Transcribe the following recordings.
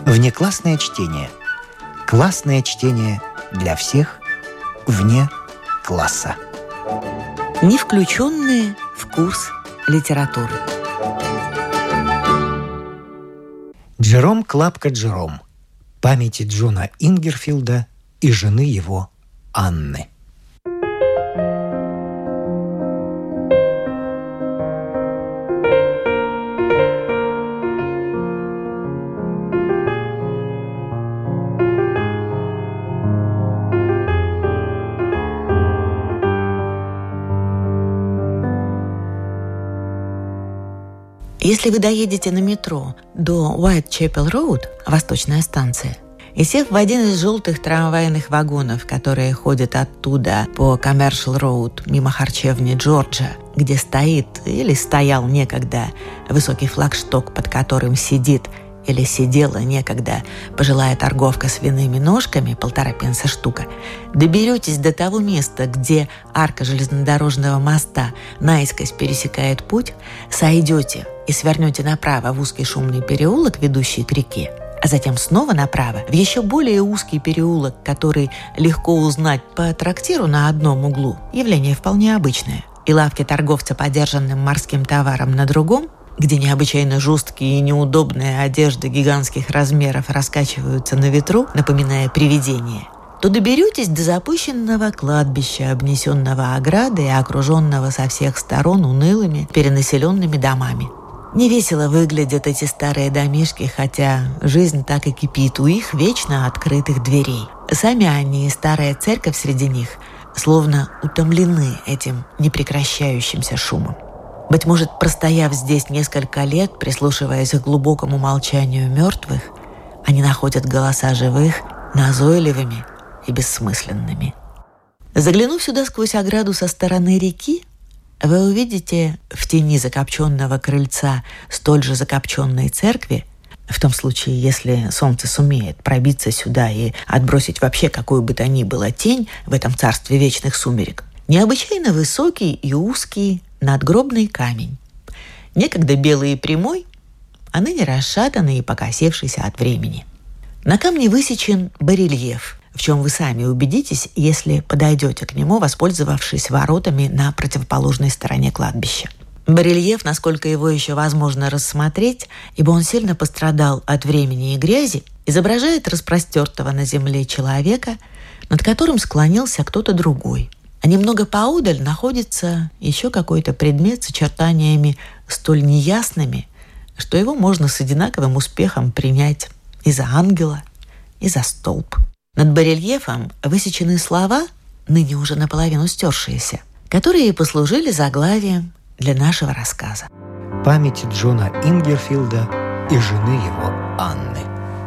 Внеклассное чтение. Классное чтение для всех вне класса. Не включенные в курс литературы. Джером Клапка Джером. Памяти Джона Ингерфилда и жены его Анны. Если вы доедете на метро до Уайтчепел-Роуд, восточная станция, и сев в один из желтых трамвайных вагонов, которые ходят оттуда по Коммершал-Роуд мимо харчевни Джорджа, где стоит или стоял некогда высокий флагшток, под которым сидит или сидела некогда пожилая торговка свиными ножками, 1,5 пенса штука, доберетесь до того места, где арка железнодорожного моста наискось пересекает путь, сойдете и свернете направо в узкий шумный переулок, ведущий к реке, а затем снова направо в еще более узкий переулок, который легко узнать по трактиру на одном углу, явление вполне обычное, и лавки торговца подержанным морским товаром на другом, где необычайно жесткие и неудобные одежды гигантских размеров раскачиваются на ветру, напоминая привидение, то доберетесь до запущенного кладбища, обнесенного оградой и окруженного со всех сторон унылыми перенаселенными домами. Невесело выглядят эти старые домишки, хотя жизнь так и кипит у их вечно открытых дверей. Сами они и старая церковь среди них словно утомлены этим непрекращающимся шумом. Быть может, простояв здесь несколько лет, прислушиваясь к глубокому молчанию мертвых, они находят голоса живых назойливыми и бессмысленными. Заглянув сюда сквозь ограду со стороны реки, вы увидите в тени закопченного крыльца столь же закопченной церкви, в том случае, если солнце сумеет пробиться сюда и отбросить вообще какую бы то ни было тень в этом царстве вечных сумерек, необычайно высокий и узкий надгробный камень, некогда белый и прямой, а ныне расшатанный и покосившийся от времени. На камне высечен барельеф, в чем вы сами убедитесь, если подойдете к нему, воспользовавшись воротами на противоположной стороне кладбища. Барельеф, насколько его еще возможно рассмотреть, ибо он сильно пострадал от времени и грязи, изображает распростертого на земле человека, над которым склонился кто-то другой. А немного поодаль находится еще какой-то предмет с очертаниями столь неясными, что его можно с одинаковым успехом принять и за ангела, и за столб. Над барельефом высечены слова, ныне уже наполовину стершиеся, которые и послужили заглавием для нашего рассказа. Памяти Джона Ингерфилда и жены его Анны.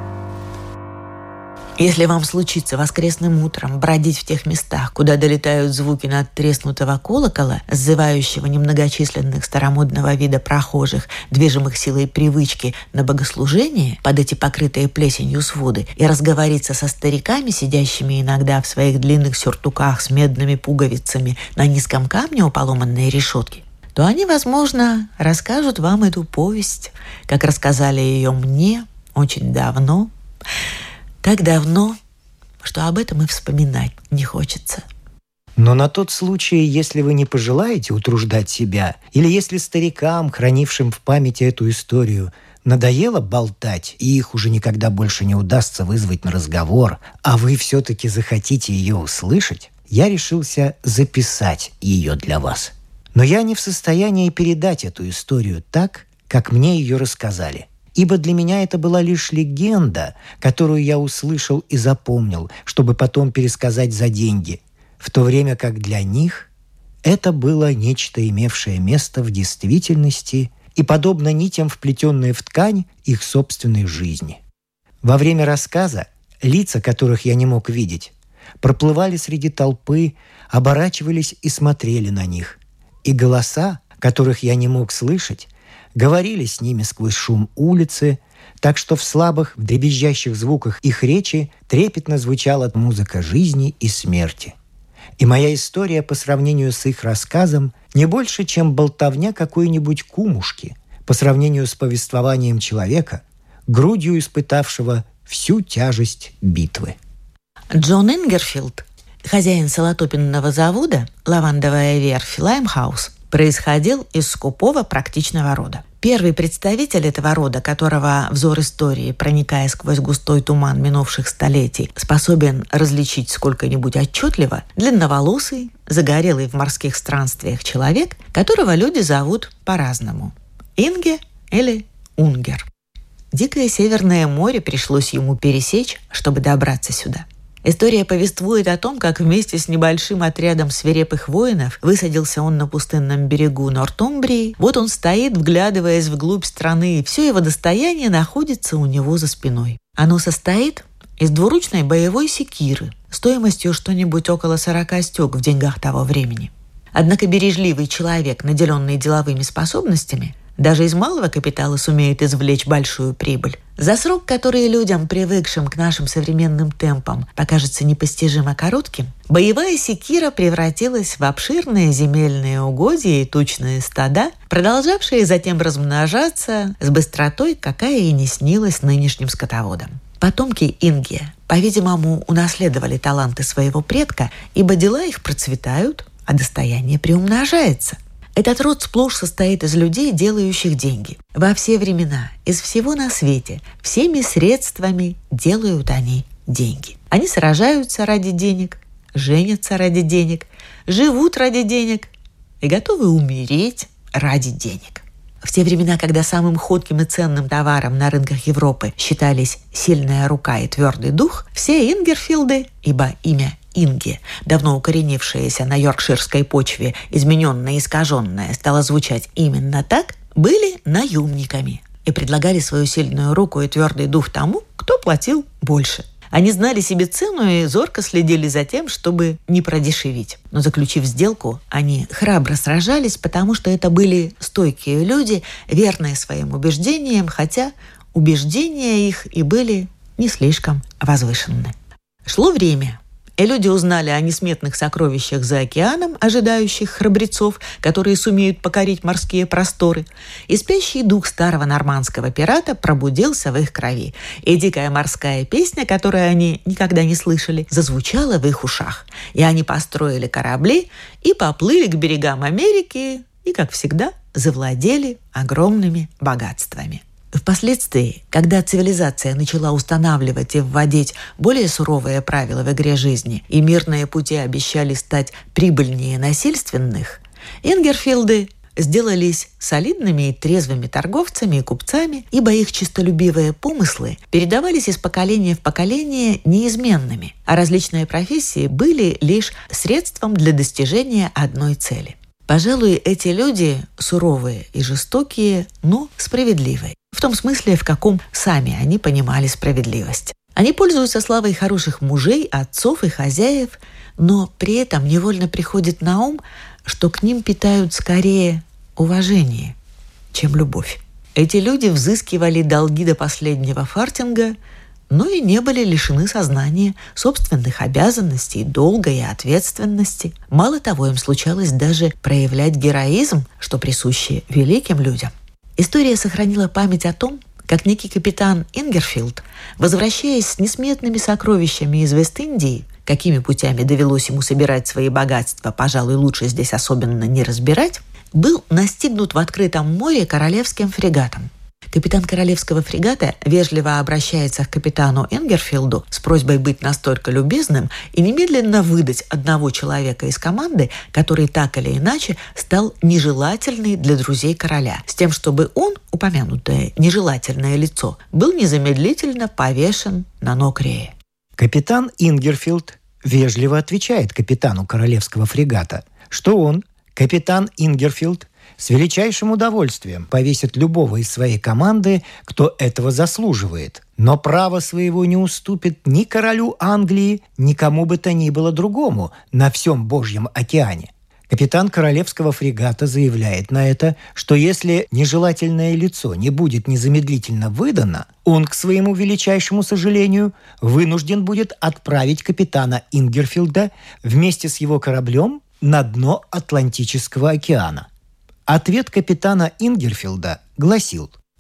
Если вам случится воскресным утром бродить в тех местах, куда долетают звуки надтреснутого колокола, сзывающего немногочисленных старомодного вида прохожих, движимых силой привычки на богослужение, под эти покрытые плесенью своды, и разговориться со стариками, сидящими иногда в своих длинных сюртуках с медными пуговицами на низком камне у поломанной решетки, то они, возможно, расскажут вам эту повесть, как рассказали ее мне очень давно, так давно, что об этом и вспоминать не хочется. Но на тот случай, если вы не пожелаете утруждать себя, или если старикам, хранившим в памяти эту историю, надоело болтать, и их уже никогда больше не удастся вызвать на разговор, а вы все-таки захотите ее услышать, я решился записать ее для вас. Но я не в состоянии передать эту историю так, как мне ее рассказали. Ибо для меня это была лишь легенда, которую я услышал и запомнил, чтобы потом пересказать за деньги, в то время как для них это было нечто, имевшее место в действительности и подобно нитям, вплетенные в ткань их собственной жизни. Во время рассказа лица, которых я не мог видеть, проплывали среди толпы, оборачивались и смотрели на них, и голоса, которых я не мог слышать, говорили с ними сквозь шум улицы, так что в слабых, в дребезжащих звуках их речи трепетно звучала музыка жизни и смерти. И моя история по сравнению с их рассказом не больше, чем болтовня какой-нибудь кумушки по сравнению с повествованием человека, грудью испытавшего всю тяжесть битвы. Джон Ингерфилд, хозяин салатопенного завода «Лавандовая верфь» Лаймхаус, происходил из скупого практичного рода. Первый представитель этого рода, которого взор истории, проникая сквозь густой туман минувших столетий, способен различить сколько-нибудь отчетливо, длинноволосый, загорелый в морских странствиях человек, которого люди зовут по-разному – Инге или Унгер. Дикое Северное море пришлось ему пересечь, чтобы добраться сюда. История повествует о том, как вместе с небольшим отрядом свирепых воинов высадился он на пустынном берегу Нортумбрии. Вот он стоит, вглядываясь вглубь страны, и все его достояние находится у него за спиной. Оно состоит из двуручной боевой секиры, стоимостью что-нибудь около 40 стёк в деньгах того времени. Однако бережливый человек, наделенный деловыми способностями, даже из малого капитала сумеет извлечь большую прибыль. За срок, который людям, привыкшим к нашим современным темпам, покажется непостижимо коротким, боевая секира превратилась в обширные земельные угодья и тучные стада, продолжавшие затем размножаться с быстротой, какая и не снилась нынешним скотоводам. Потомки Инге, по-видимому, унаследовали таланты своего предка, ибо дела их процветают, а достояние приумножается. Этот род сплошь состоит из людей, делающих деньги. Во все времена, из всего на свете, всеми средствами делают они деньги. Они сражаются ради денег, женятся ради денег, живут ради денег и готовы умереть ради денег. В те времена, когда самым ходким и ценным товаром на рынках Европы считались сильная рука и твердый дух, все Ингерфилды, ибо имя Инге, давно укоренившееся на йоркширской почве, измененное и искаженное, стало звучать именно так, были наемниками и предлагали свою сильную руку и твердый дух тому, кто платил больше. Они знали себе цену и зорко следили за тем, чтобы не продешевить. Но, заключив сделку, они храбро сражались, потому что это были стойкие люди, верные своим убеждениям, хотя убеждения их и были не слишком возвышенны. Шло время, и люди узнали о несметных сокровищах за океаном, ожидающих храбрецов, которые сумеют покорить морские просторы. И спящий дух старого нормандского пирата пробудился в их крови. И дикая морская песня, которую они никогда не слышали, зазвучала в их ушах. И они построили корабли и поплыли к берегам Америки и, как всегда, завладели огромными богатствами. Впоследствии, когда цивилизация начала устанавливать и вводить более суровые правила в игре жизни, и мирные пути обещали стать прибыльнее насильственных, Ингерфилды сделались солидными и трезвыми торговцами и купцами, ибо их честолюбивые помыслы передавались из поколения в поколение неизменными, а различные профессии были лишь средством для достижения одной цели. Пожалуй, эти люди суровые и жестокие, но справедливые. В том смысле, в каком сами они понимали справедливость. Они пользуются славой хороших мужей, отцов и хозяев, но при этом невольно приходит на ум, что к ним питают скорее уважение, чем любовь. Эти люди взыскивали долги до последнего фартинга, но и не были лишены сознания собственных обязанностей, долга и ответственности. Мало того, им случалось даже проявлять героизм, что присуще великим людям. История сохранила память о том, как некий капитан Ингерфилд, возвращаясь с несметными сокровищами из Вест-Индии, какими путями довелось ему собирать свои богатства, пожалуй, лучше здесь особенно не разбирать, был настигнут в открытом море королевским фрегатом. Капитан королевского фрегата вежливо обращается к капитану Ингерфилду с просьбой быть настолько любезным и немедленно выдать одного человека из команды, который так или иначе стал нежелательный для друзей короля, с тем, чтобы он, упомянутое нежелательное лицо, был незамедлительно повешен на ног Рея. Капитан Ингерфилд вежливо отвечает капитану королевского фрегата, что он, капитан Ингерфилд, с величайшим удовольствием повесит любого из своей команды, кто этого заслуживает, но право своего не уступит ни королю Англии, ни кому бы то ни было другому на всем Божьем океане. Капитан королевского фрегата заявляет на это, что если нежелательное лицо не будет незамедлительно выдано, он, к своему величайшему сожалению, вынужден будет отправить капитана Ингерфилда вместе с его кораблем на дно Атлантического океана. Ответ капитана Ингерфилда гласил: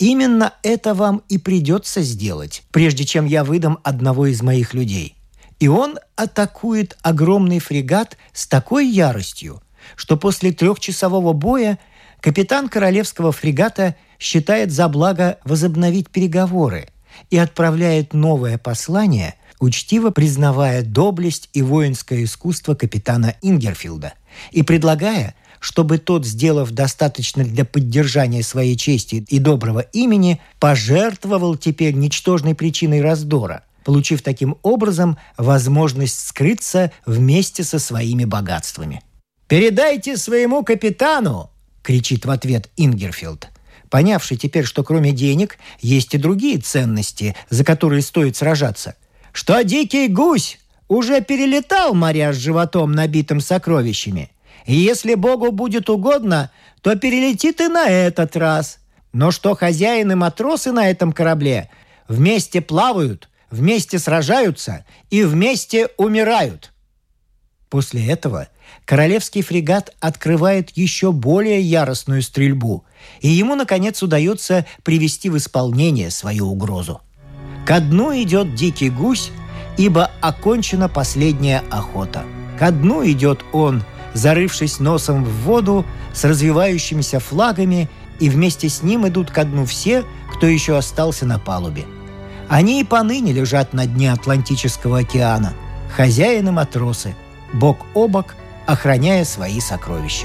Именно это вам и придется сделать, прежде чем я выдам одного из моих людей. И он атакует огромный фрегат с такой яростью, что после 3-часового боя капитан королевского фрегата считает за благо возобновить переговоры и отправляет новое послание, учтиво признавая доблесть и воинское искусство капитана Ингерфилда и предлагая, чтобы тот, сделав достаточно для поддержания своей чести и доброго имени, пожертвовал теперь ничтожной причиной раздора, получив таким образом возможность скрыться вместе со своими богатствами. «Передайте своему капитану!» — кричит в ответ Ингерфилд, понявший теперь, что кроме денег есть и другие ценности, за которые стоит сражаться, что дикий гусь уже перелетал моря с животом, набитым сокровищами. И если Богу будет угодно, то перелетит и на этот раз. Но что хозяин и матросы на этом корабле вместе плавают, вместе сражаются и вместе умирают. После этого королевский фрегат открывает еще более яростную стрельбу, и ему, наконец, удается привести в исполнение свою угрозу. Ко дну идет дикий гусь, ибо окончена последняя охота. Ко дну идет он, зарывшись носом в воду с развивающимися флагами, и вместе с ним идут ко дну все, кто еще остался на палубе. Они и поныне лежат на дне Атлантического океана, хозяин и матросы, бок о бок, охраняя свои сокровища.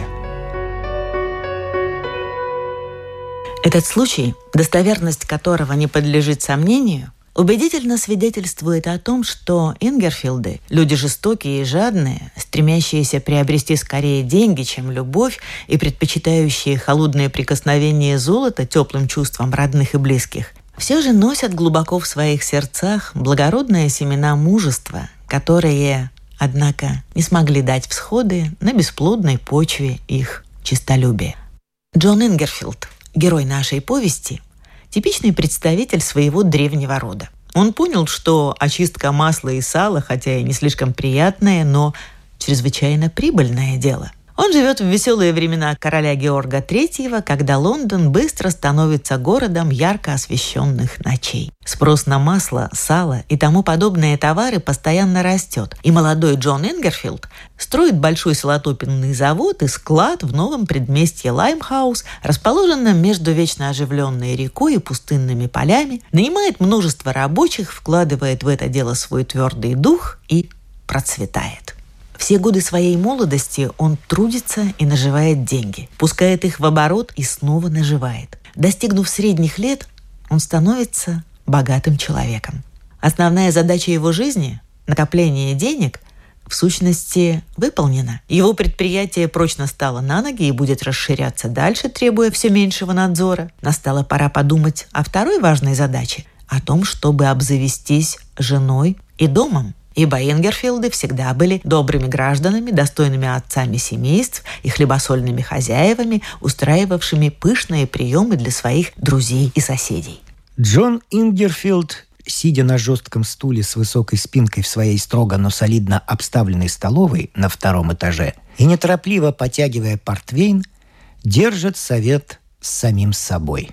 Этот случай, достоверность которого не подлежит сомнению, убедительно свидетельствует о том, что Ингерфилды – люди жестокие и жадные, стремящиеся приобрести скорее деньги, чем любовь, и предпочитающие холодное прикосновение золота теплым чувствам родных и близких, все же носят глубоко в своих сердцах благородные семена мужества, которые, однако, не смогли дать всходы на бесплодной почве их честолюбия. Джон Ингерфилд, герой нашей повести, типичный представитель своего древнего рода. Он понял, что очистка масла и сала, хотя и не слишком приятное, но чрезвычайно прибыльное дело. Он живет в веселые времена короля Георга III, когда Лондон быстро становится городом ярко освещенных ночей. Спрос на масло, сало и тому подобные товары постоянно растет, и молодой Джон Ингерфилд строит большой салотопенный завод и склад в новом предместье Лаймхаус, расположенном между вечно оживленной рекой и пустынными полями, нанимает множество рабочих, вкладывает в это дело свой твердый дух и процветает. Все годы своей молодости он трудится и наживает деньги, пускает их в оборот и снова наживает. Достигнув средних лет, он становится богатым человеком. Основная задача его жизни – накопление денег – в сущности выполнена. Его предприятие прочно стало на ноги и будет расширяться дальше, требуя все меньшего надзора. Настала пора подумать о второй важной задаче – о том, чтобы обзавестись женой и домом. Ибо Ингерфилды всегда были добрыми гражданами, достойными отцами семейств и хлебосольными хозяевами, устраивавшими пышные приемы для своих друзей и соседей. Джон Ингерфилд, сидя на жестком стуле с высокой спинкой в своей строго, но солидно обставленной столовой на 2-м этаже и неторопливо потягивая портвейн, держит совет с самим собой.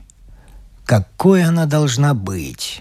Какой она должна быть?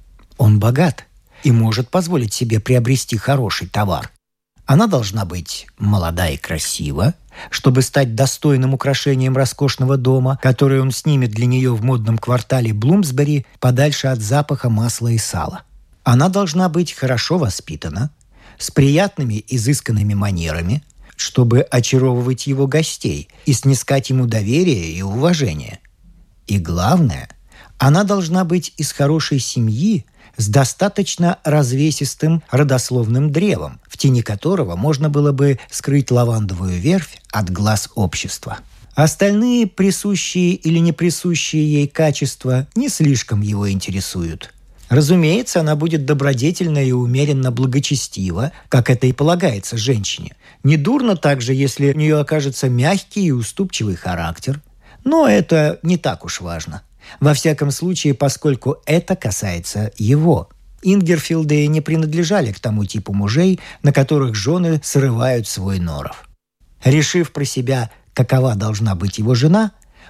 Он богат и может позволить себе приобрести хороший товар. Она должна быть молода и красива, чтобы стать достойным украшением роскошного дома, который он снимет для нее в модном квартале Блумсбери подальше от запаха масла и сала. Она должна быть хорошо воспитана, с приятными изысканными манерами, чтобы очаровывать его гостей и снискать ему доверие и уважение. И главное, она должна быть из хорошей семьи, с достаточно развесистым родословным древом, в тени которого можно было бы скрыть лавандовую верфь от глаз общества. Остальные присущие или не присущие ей качества не слишком его интересуют. Разумеется, она будет добродетельна и умеренно благочестива, как это и полагается женщине. Недурно также, если у нее окажется мягкий и уступчивый характер. Но это не так уж важно. Во всяком случае, поскольку это касается его. Ингерфилды не принадлежали к тому типу мужей, на которых жены срывают свой норов. Решив про себя, какова должна быть его жена,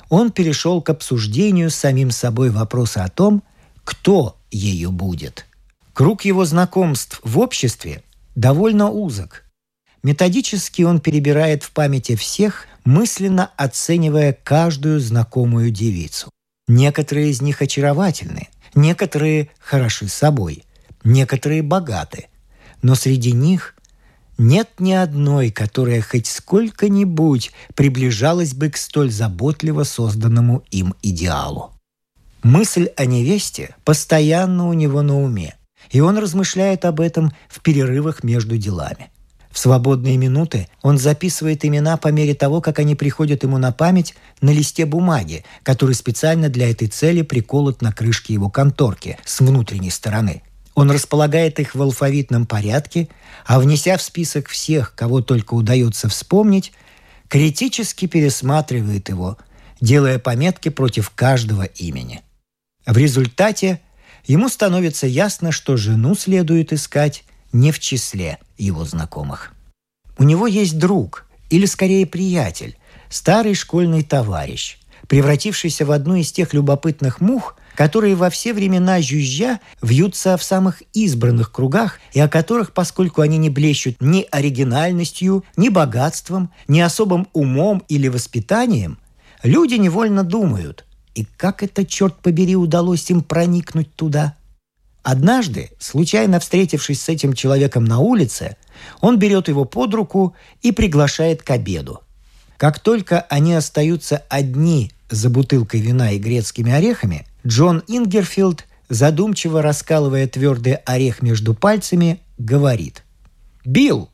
он перешел к обсуждению с самим собой вопроса о том, кто ею будет. Круг его знакомств в обществе довольно узок. Методически он перебирает в памяти всех, мысленно оценивая каждую знакомую девицу. Некоторые из них очаровательны, некоторые хороши собой, некоторые богаты. Но среди них нет ни одной, которая хоть сколько-нибудь приближалась бы к столь заботливо созданному им идеалу. Мысль о невесте постоянно у него на уме, и он размышляет об этом в перерывах между делами. В свободные минуты он записывает имена по мере того, как они приходят ему на память на листе бумаги, который специально для этой цели приколот на крышке его конторки с внутренней стороны. Он располагает их в алфавитном порядке, а внеся в список всех, кого только удается вспомнить, критически пересматривает его, делая пометки против каждого имени. В результате ему становится ясно, что жену следует искать не в числе его знакомых. У него есть друг, или скорее приятель, старый школьный товарищ, превратившийся в одну из тех любопытных мух, которые во все времена жужжа вьются в самых избранных кругах и о которых, поскольку они не блещут ни оригинальностью, ни богатством, ни особым умом или воспитанием, люди невольно думают, и как это, черт побери, удалось им проникнуть туда? Однажды, случайно встретившись с этим человеком на улице, он берет его под руку и приглашает к обеду. Как только они остаются одни за бутылкой вина и грецкими орехами, Джон Ингерфилд, задумчиво раскалывая твердый орех между пальцами, говорит: «Билл,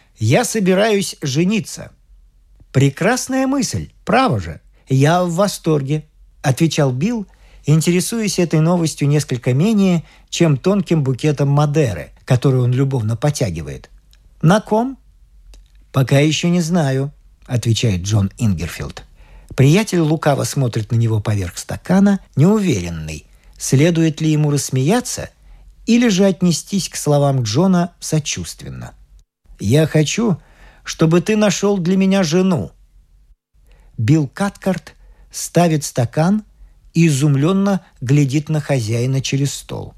я собираюсь жениться». «Прекрасная мысль, право же, я в восторге», — отвечал Билл, интересуясь этой новостью несколько менее, чем тонким букетом Мадеры, который он любовно потягивает. «На ком?» «Пока еще не знаю», — отвечает Джон Ингерфилд. Приятель лукаво смотрит на него поверх стакана, неуверенный, следует ли ему рассмеяться или же отнестись к словам Джона сочувственно. «Я хочу, чтобы ты нашел для меня жену». Билл Каткарт ставит стакан и изумленно глядит на хозяина через стол.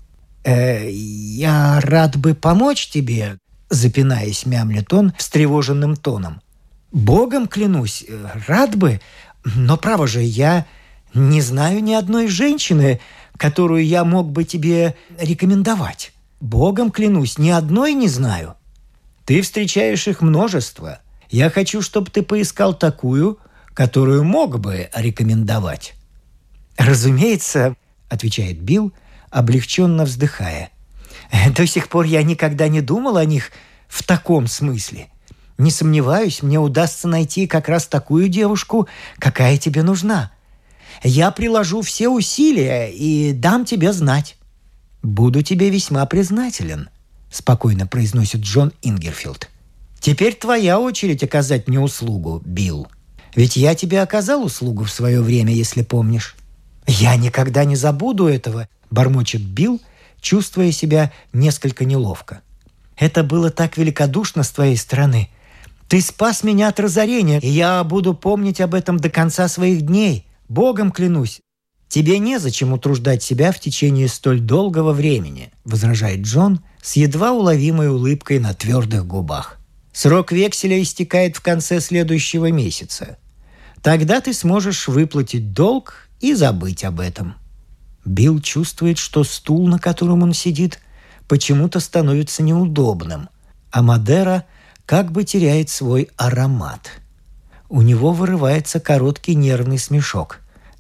«Я рад бы помочь тебе», — запинаясь, мямлет он встревоженным тоном. «Богом клянусь, рад бы, но, право же, я не знаю ни одной женщины, которую я мог бы тебе рекомендовать. Богом клянусь, ни одной не знаю». «Ты встречаешь их множество. Я хочу, чтобы ты поискал такую, которую мог бы рекомендовать». «Разумеется», — отвечает Билл, облегченно вздыхая. «До сих пор я никогда не думал о них в таком смысле. Не сомневаюсь, мне удастся найти как раз такую девушку, какая тебе нужна. Я приложу все усилия и дам тебе знать». «Буду тебе весьма признателен», — спокойно произносит Джон Ингерфилд. «Теперь твоя очередь оказать мне услугу, Билл. Ведь я тебе оказал услугу в свое время, если помнишь». «Я никогда не забуду этого», — бормочет Билл, чувствуя себя несколько неловко. «Это было так великодушно с твоей стороны. Ты спас меня от разорения, и я буду помнить об этом до конца своих дней. Богом клянусь». «Тебе незачем утруждать себя в течение столь долгого времени», — возражает Джон с едва уловимой улыбкой на твердых губах. «Срок векселя истекает в конце следующего месяца. Тогда ты сможешь выплатить долг и забыть об этом». Билл чувствует, что стул, на котором он сидит, почему-то становится неудобным, а Мадера как бы теряет свой аромат. У него вырывается короткий нервный смешок.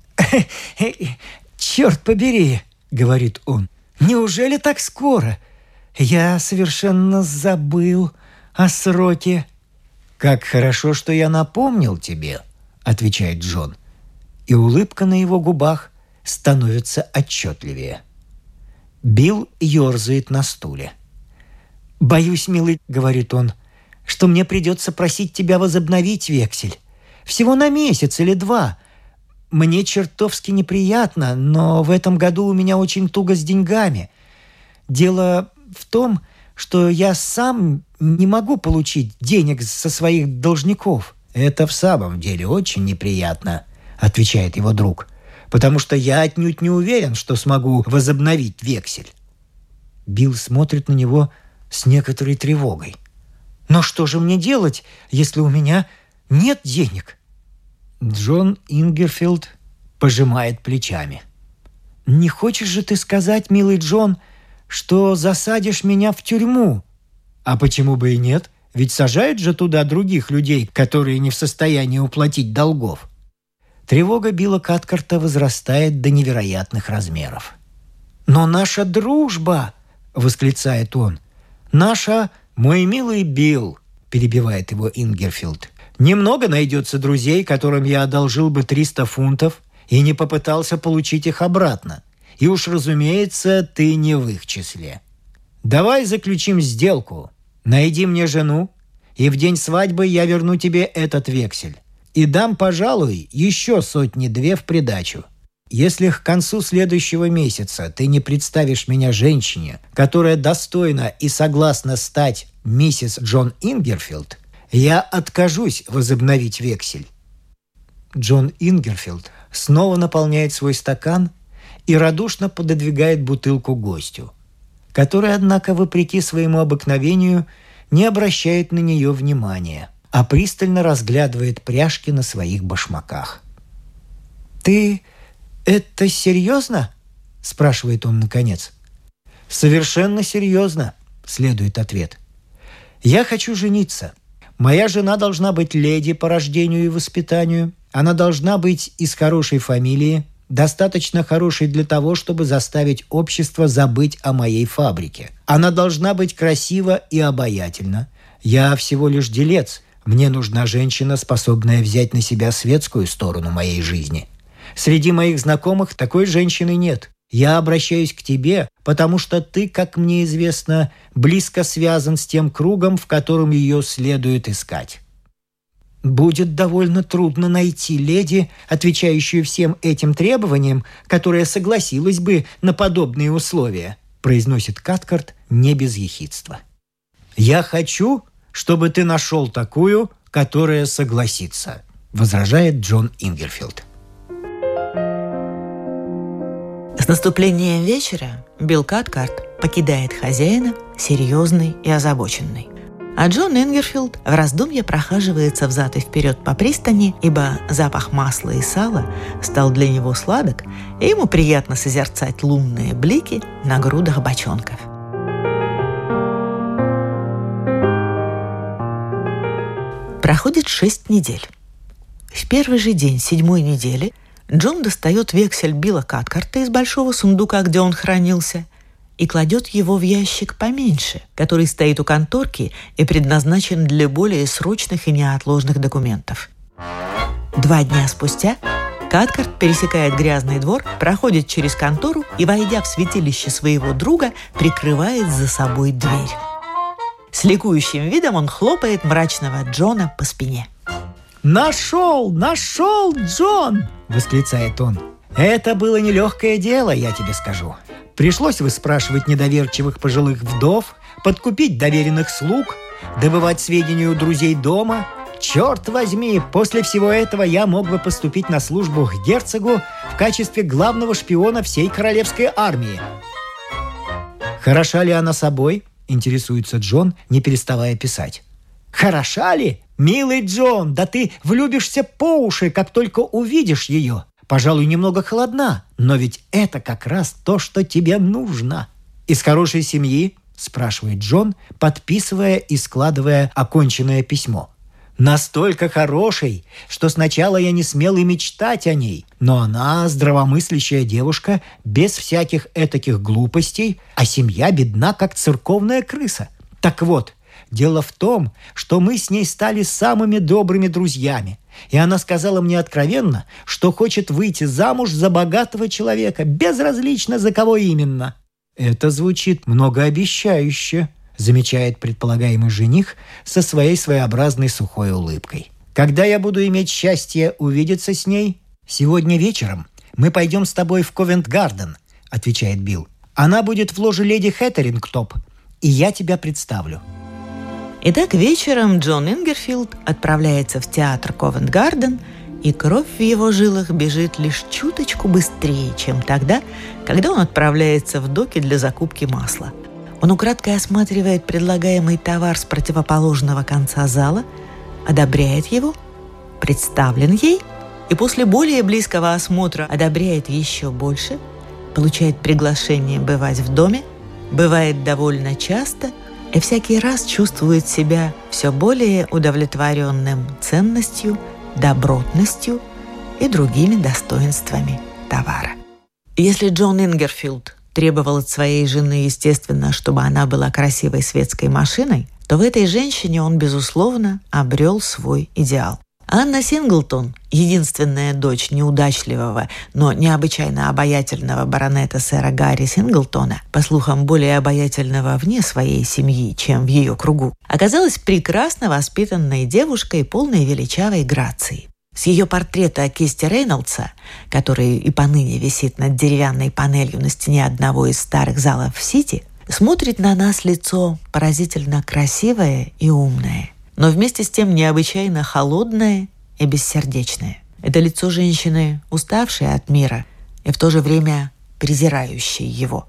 «Черт побери!» — говорит он. «Неужели так скоро? Я совершенно забыл о сроке». «Как хорошо, что я напомнил тебе», — отвечает Джон. И улыбка на его губах становится отчетливее. Билл ерзает на стуле. «Боюсь, милый, — говорит он, — что мне придется просить тебя возобновить вексель. Всего на месяц или два. Мне чертовски неприятно, но в этом году у меня очень туго с деньгами. Дело в том, что я сам не могу получить денег со своих должников». «Это в самом деле очень неприятно», – отвечает его друг, «потому что я отнюдь не уверен, что смогу возобновить вексель». Билл смотрит на него с некоторой тревогой. «Но что же мне делать, если у меня нет денег?» Джон Ингерфилд пожимает плечами. «Не хочешь же ты сказать, милый Джон, что засадишь меня в тюрьму?» «А почему бы и нет? Ведь сажают же туда других людей, которые не в состоянии уплатить долгов». Тревога Билла Каткарта возрастает до невероятных размеров. «Но наша дружба!» – восклицает он. «Наша, мой милый Билл!» – перебивает его Ингерфилд. «Немного найдется друзей, которым я одолжил бы 300 фунтов и не попытался получить их обратно. И уж, разумеется, ты не в их числе. Давай заключим сделку. Найди мне жену, и в день свадьбы я верну тебе этот вексель. И дам, пожалуй, еще 100-2 в придачу. Если к концу следующего месяца ты не представишь меня женщине, которая достойна и согласна стать миссис Джон Ингерфилд, я откажусь возобновить вексель». Джон Ингерфилд снова наполняет свой стакан и радушно пододвигает бутылку гостю, который, однако, вопреки своему обыкновению, не обращает на нее внимания, а пристально разглядывает пряжки на своих башмаках. «Ты это серьезно?» – спрашивает он наконец. «Совершенно серьезно», – следует ответ. «Я хочу жениться. Моя жена должна быть леди по рождению и воспитанию. Она должна быть из хорошей фамилии, достаточно хорошей для того, чтобы заставить общество забыть о моей фабрике. Она должна быть красива и обаятельна. Я всего лишь делец. Мне нужна женщина, способная взять на себя светскую сторону моей жизни. Среди моих знакомых такой женщины нет. Я обращаюсь к тебе, потому что ты, как мне известно, близко связан с тем кругом, в котором ее следует искать. Будет довольно трудно найти леди, отвечающую всем этим требованиям, которая согласилась бы на подобные условия», произносит Каткарт не без ехидства. «Я хочу, чтобы ты нашел такую, которая согласится», возражает Джон Ингерфилд. С наступлением вечера Билл Каткарт покидает хозяина, серьезный и озабоченный. А Джон Ингерфилд в раздумье прохаживается взад и вперед по пристани, ибо запах масла и сала стал для него сладок, и ему приятно созерцать лунные блики на грудах бочонков. Проходит 6 недель. В первый же день 7-й недели Джон достает вексель Билла Каткарта из большого сундука, где он хранился, и кладет его в ящик поменьше, который стоит у конторки и предназначен для более срочных и неотложных документов. 2 дня спустя Каткарт пересекает грязный двор, проходит через контору и, войдя в святилище своего друга, прикрывает за собой дверь. С ликующим видом он хлопает мрачного Джона по спине. «Нашел! Нашел, Джон!» – восклицает он. «Это было нелегкое дело, я тебе скажу. Пришлось выспрашивать недоверчивых пожилых вдов, подкупить доверенных слуг, добывать сведения у друзей дома. Черт возьми, после всего этого я мог бы поступить на службу к герцогу в качестве главного шпиона всей королевской армии». «Хороша ли она собой?» – интересуется Джон, не переставая писать. «Хороша ли? Милый Джон, да ты влюбишься по уши, как только увидишь ее. Пожалуй, немного холодна, но ведь это как раз то, что тебе нужно». «Из хорошей семьи?» – спрашивает Джон, подписывая и складывая оконченное письмо. «Настолько хорошей, что сначала я не смел и мечтать о ней. Но она здравомыслящая девушка, без всяких этаких глупостей, а семья бедна, как церковная крыса. Так вот, дело в том, что мы с ней стали самыми добрыми друзьями. И она сказала мне откровенно, что хочет выйти замуж за богатого человека, безразлично за кого именно». «Это звучит многообещающе», замечает предполагаемый жених со своей своеобразной сухой улыбкой. «Когда я буду иметь счастье увидеться с ней?» «Сегодня вечером мы пойдем с тобой в Ковент-Гарден», отвечает Билл. «Она будет в ложе леди Хэттерингтоп, и я тебя представлю». Итак, вечером Джон Ингерфилд отправляется в театр Ковент-Гарден и кровь в его жилах бежит лишь чуточку быстрее, чем тогда, когда он отправляется в доки для закупки масла. Он украдкой осматривает предлагаемый товар с противоположного конца зала, одобряет его, представлен ей, и после более близкого осмотра одобряет еще больше, получает приглашение бывать в доме, бывает довольно часто и всякий раз чувствует себя все более удовлетворенным ценностью, добротностью и другими достоинствами товара. Если Джон Ингерфилд требовал от своей жены, естественно, чтобы она была красивой светской машиной, то в этой женщине он, безусловно, обрел свой идеал. Анна Синглтон, единственная дочь неудачливого, но необычайно обаятельного баронета сэра Гарри Синглтона, по слухам, более обаятельного вне своей семьи, чем в ее кругу, оказалась прекрасно воспитанной девушкой, полной величавой грации. С ее портрета Кисти Рейнольдса, который и поныне висит над деревянной панелью на стене одного из старых залов в Сити, смотрит на нас лицо поразительно красивое и умное, но вместе с тем необычайно холодное и бессердечное. Это лицо женщины, уставшей от мира и в то же время презирающей его.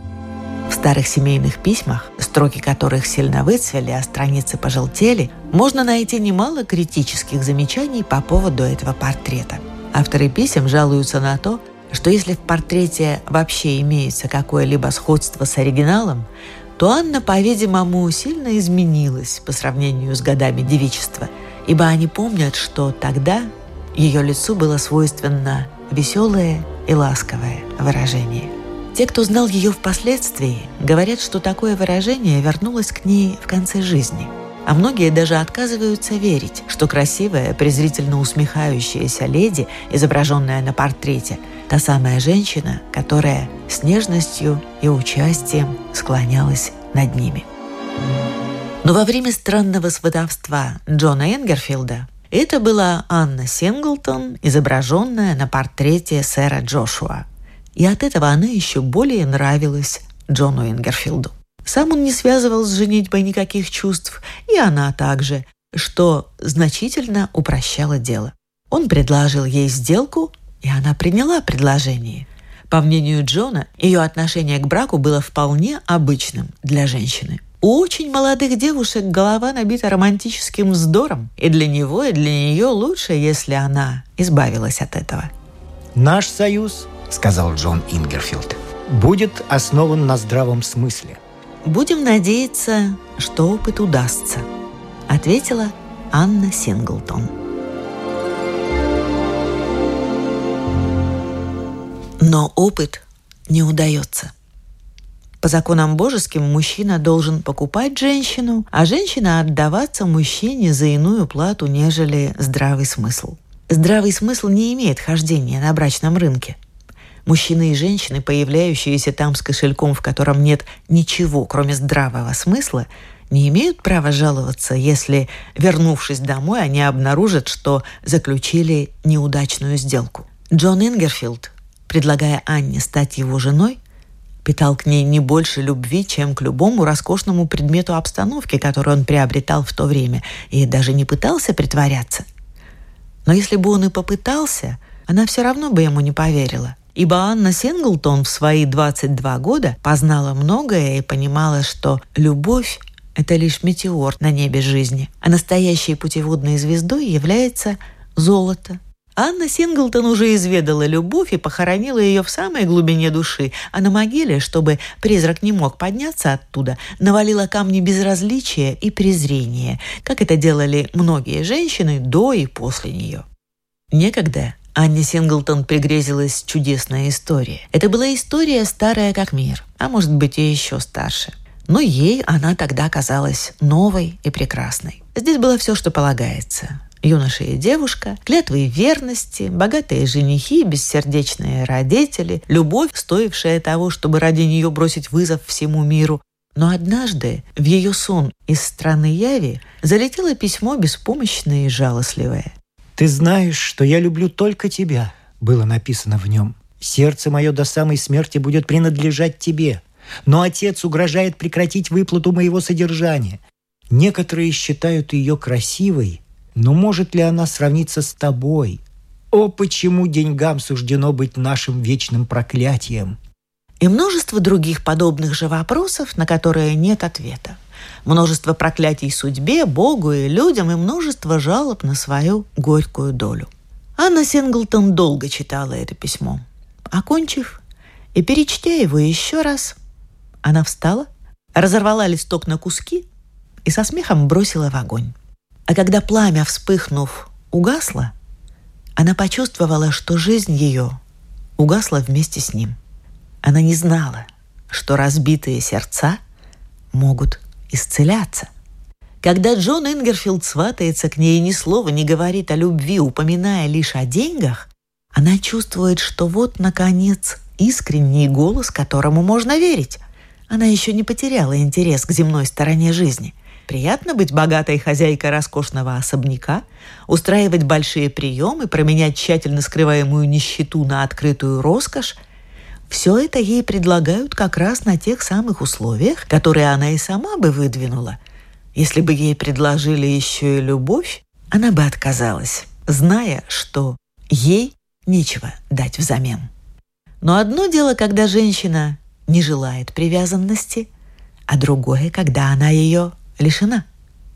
В старых семейных письмах, строки которых сильно выцвели, а страницы пожелтели, можно найти немало критических замечаний по поводу этого портрета. Авторы писем жалуются на то, что если в портрете вообще имеется какое-либо сходство с оригиналом, то Анна, по-видимому, сильно изменилась по сравнению с годами девичества, ибо они помнят, что тогда ее лицу было свойственно веселое и ласковое выражение. Те, кто знал ее впоследствии, говорят, что такое выражение вернулось к ней в конце жизни. А многие даже отказываются верить, что красивая, презрительно усмехающаяся леди, изображенная на портрете, та самая женщина, которая с нежностью и участием склонялась над ними. Но во время странного сватовства Джона Ингерфилда это была Анна Синглтон, изображенная на портрете сэра Джошуа. И от этого она еще более нравилась Джону Ингерфилду. Сам он не связывал с женитьбой никаких чувств, и она также, что значительно упрощало дело. Он предложил ей сделку, и она приняла предложение. По мнению Джона, ее отношение к браку было вполне обычным для женщины. У очень молодых девушек голова набита романтическим вздором, и для него, и для нее лучше, если она избавилась от этого. «Наш союз, — сказал Джон Ингерфилд, — будет основан на здравом смысле». «Будем надеяться, что опыт удастся», — ответила Анна Синглтон. Но опыт не удается. По законам божеским мужчина должен покупать женщину, а женщина отдаваться мужчине за иную плату, нежели здравый смысл. Здравый смысл не имеет хождения на брачном рынке. Мужчины и женщины, появляющиеся там с кошельком, в котором нет ничего, кроме здравого смысла, не имеют права жаловаться, если, вернувшись домой, они обнаружат, что заключили неудачную сделку. Джон Ингерфилд, предлагая Анне стать его женой, питал к ней не больше любви, чем к любому роскошному предмету обстановки, который он приобретал в то время, и даже не пытался притворяться. Но если бы он и попытался, она все равно бы ему не поверила. Ибо Анна Синглтон в свои 22 года познала многое и понимала, что любовь – это лишь метеор на небе жизни, а настоящей путеводной звездой является золото. Анна Синглтон уже изведала любовь и похоронила ее в самой глубине души, а на могиле, чтобы призрак не мог подняться оттуда, навалила камни безразличия и презрения, как это делали многие женщины до и после нее. Некогда Анне Синглтон пригрезилась чудесная история. Это была история старая как мир, а может быть и еще старше. Но ей она тогда казалась новой и прекрасной. Здесь было все, что полагается. Юноша и девушка, клятвы верности, богатые женихи, бессердечные родители, любовь, стоившая того, чтобы ради нее бросить вызов всему миру. Но однажды в ее сон из страны Яви залетело письмо беспомощное и жалостливое. «Ты знаешь, что я люблю только тебя», — было написано в нем. «Сердце мое до самой смерти будет принадлежать тебе, но отец угрожает прекратить выплату моего содержания. Некоторые считают ее красивой, но может ли она сравниться с тобой? О, почему деньгам суждено быть нашим вечным проклятием? И множество других подобных же вопросов, на которые нет ответа. Множество проклятий судьбе, Богу и людям, и множество жалоб на свою горькую долю. Анна Синглтон долго читала это письмо. Окончив и перечтя его еще раз, она встала, разорвала листок на куски и со смехом бросила в огонь. А когда пламя, вспыхнув, угасло, она почувствовала, что жизнь ее угасла вместе с ним. Она не знала, что разбитые сердца могут исцеляться. Когда Джон Ингерфилд сватается к ней и ни слова не говорит о любви, упоминая лишь о деньгах, она чувствует, что вот, наконец, искренний голос, которому можно верить. Она еще не потеряла интерес к земной стороне жизни. Приятно быть богатой хозяйкой роскошного особняка, устраивать большие приемы, променять тщательно скрываемую нищету на открытую роскошь. Все это ей предлагают как раз на тех самых условиях, которые она и сама бы выдвинула. Если бы ей предложили еще и любовь, она бы отказалась, зная, что ей нечего дать взамен. Но одно дело, когда женщина не желает привязанности, а другое, когда она ее лишена.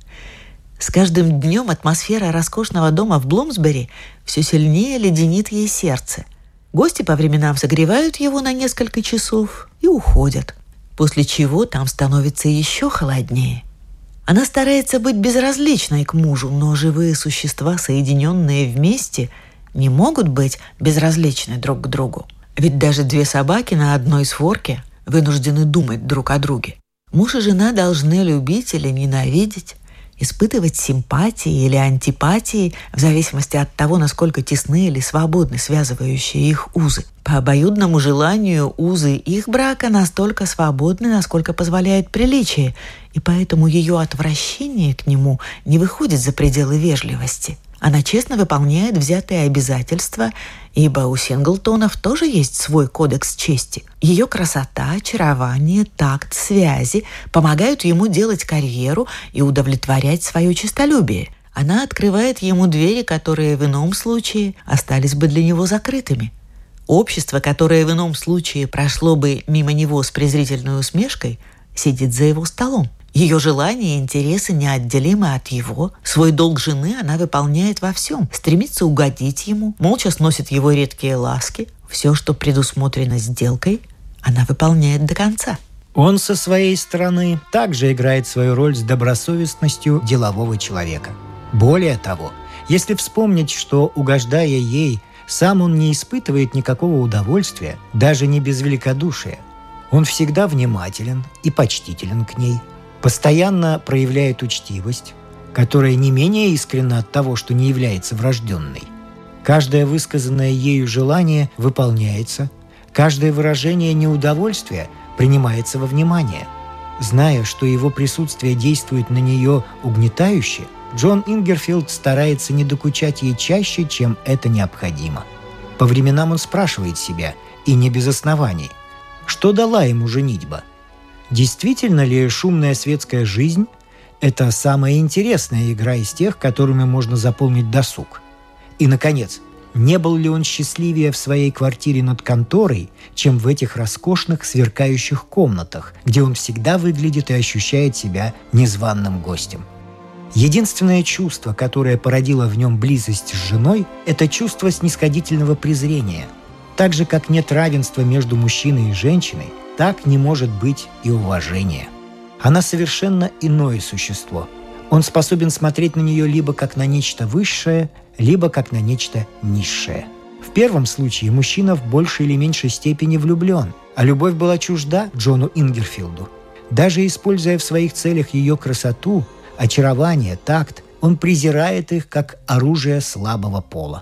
С каждым днем атмосфера роскошного дома в Блумсбери все сильнее леденит ей сердце. Гости по временам согревают его на несколько часов и уходят, после чего там становится еще холоднее. Она старается быть безразличной к мужу, но живые существа, соединенные вместе, не могут быть безразличны друг к другу. Ведь даже две собаки на одной сворке вынуждены думать друг о друге. Муж и жена должны любить или ненавидеть, испытывать симпатии или антипатии в зависимости от того, насколько тесны или свободны связывающие их узы. По обоюдному желанию узы их брака настолько свободны, насколько позволяет приличие, и поэтому ее отвращение к нему не выходит за пределы вежливости. Она честно выполняет взятые обязательства, ибо у Синглтонов тоже есть свой кодекс чести. Ее красота, очарование, такт, связи помогают ему делать карьеру и удовлетворять свое честолюбие. Она открывает ему двери, которые в ином случае остались бы для него закрытыми. Общество, которое в ином случае прошло бы мимо него с презрительной усмешкой, сидит за его столом. Ее желания и интересы неотделимы от его. Свой долг жены она выполняет во всем. Стремится угодить ему, молча сносит его редкие ласки. Все, что предусмотрено сделкой, она выполняет до конца. Он со своей стороны также играет свою роль с добросовестностью делового человека. Более того, если вспомнить, что, угождая ей, сам он не испытывает никакого удовольствия, даже не без великодушия. Он всегда внимателен и почтителен к ней, постоянно проявляет учтивость, которая не менее искренна от того, что не является врожденной. Каждое высказанное ею желание выполняется, каждое выражение неудовольствия принимается во внимание. Зная, что его присутствие действует на нее угнетающе, Джон Ингерфилд старается не докучать ей чаще, чем это необходимо. По временам он спрашивает себя, и не без оснований, что дала ему женитьба. Действительно ли шумная светская жизнь – это самая интересная игра из тех, которыми можно заполнить досуг? И, наконец, не был ли он счастливее в своей квартире над конторой, чем в этих роскошных сверкающих комнатах, где он всегда выглядит и ощущает себя незваным гостем? Единственное чувство, которое породило в нем близость с женой – это чувство снисходительного презрения. Так же, как нет равенства между мужчиной и женщиной, так не может быть и уважения. Она совершенно иное существо. Он способен смотреть на нее либо как на нечто высшее, либо как на нечто низшее. В первом случае мужчина в большей или меньшей степени влюблен, а любовь была чужда Джону Ингерфилду. Даже используя в своих целях ее красоту, очарование, такт, он презирает их как оружие слабого пола.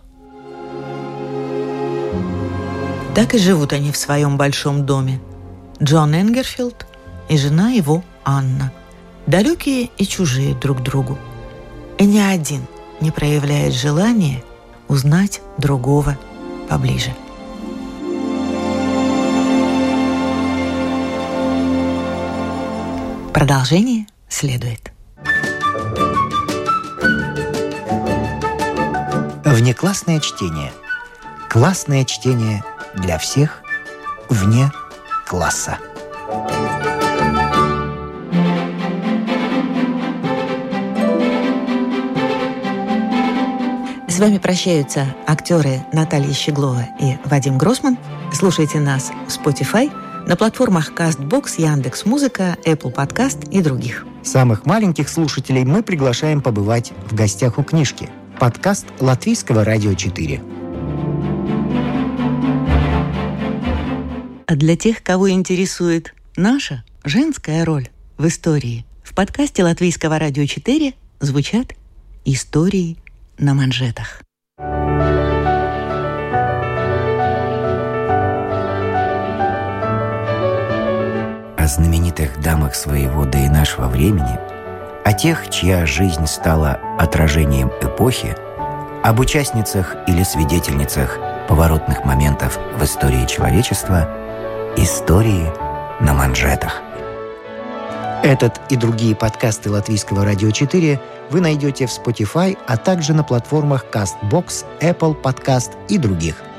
Так и живут они в своем большом доме. Джон Ингерфилд и жена его Анна. Далекие и чужие друг другу. И ни один не проявляет желания узнать другого поближе. Продолжение следует. Внеклассное чтение. Классное чтение для всех вне класса. С вами прощаются актеры Наталья Щеглова и Вадим Гроссман. Слушайте нас в Spotify, на платформах CastBox, Яндекс.Музыка, Apple Podcast и других. Самых маленьких слушателей мы приглашаем побывать в гостях у книжки. Подкаст Латвийского радио 4. А для тех, кого интересует наша женская роль в истории, в подкасте Латвийского радио 4 звучат истории на манжетах. О знаменитых дамах своего да и нашего времени, о тех, чья жизнь стала отражением эпохи, об участницах или свидетельницах поворотных моментов в истории человечества, истории на манжетах. Этот и другие подкасты Латвийского радио 4 вы найдете в Spotify, а также на платформах CastBox, Apple Podcast и других.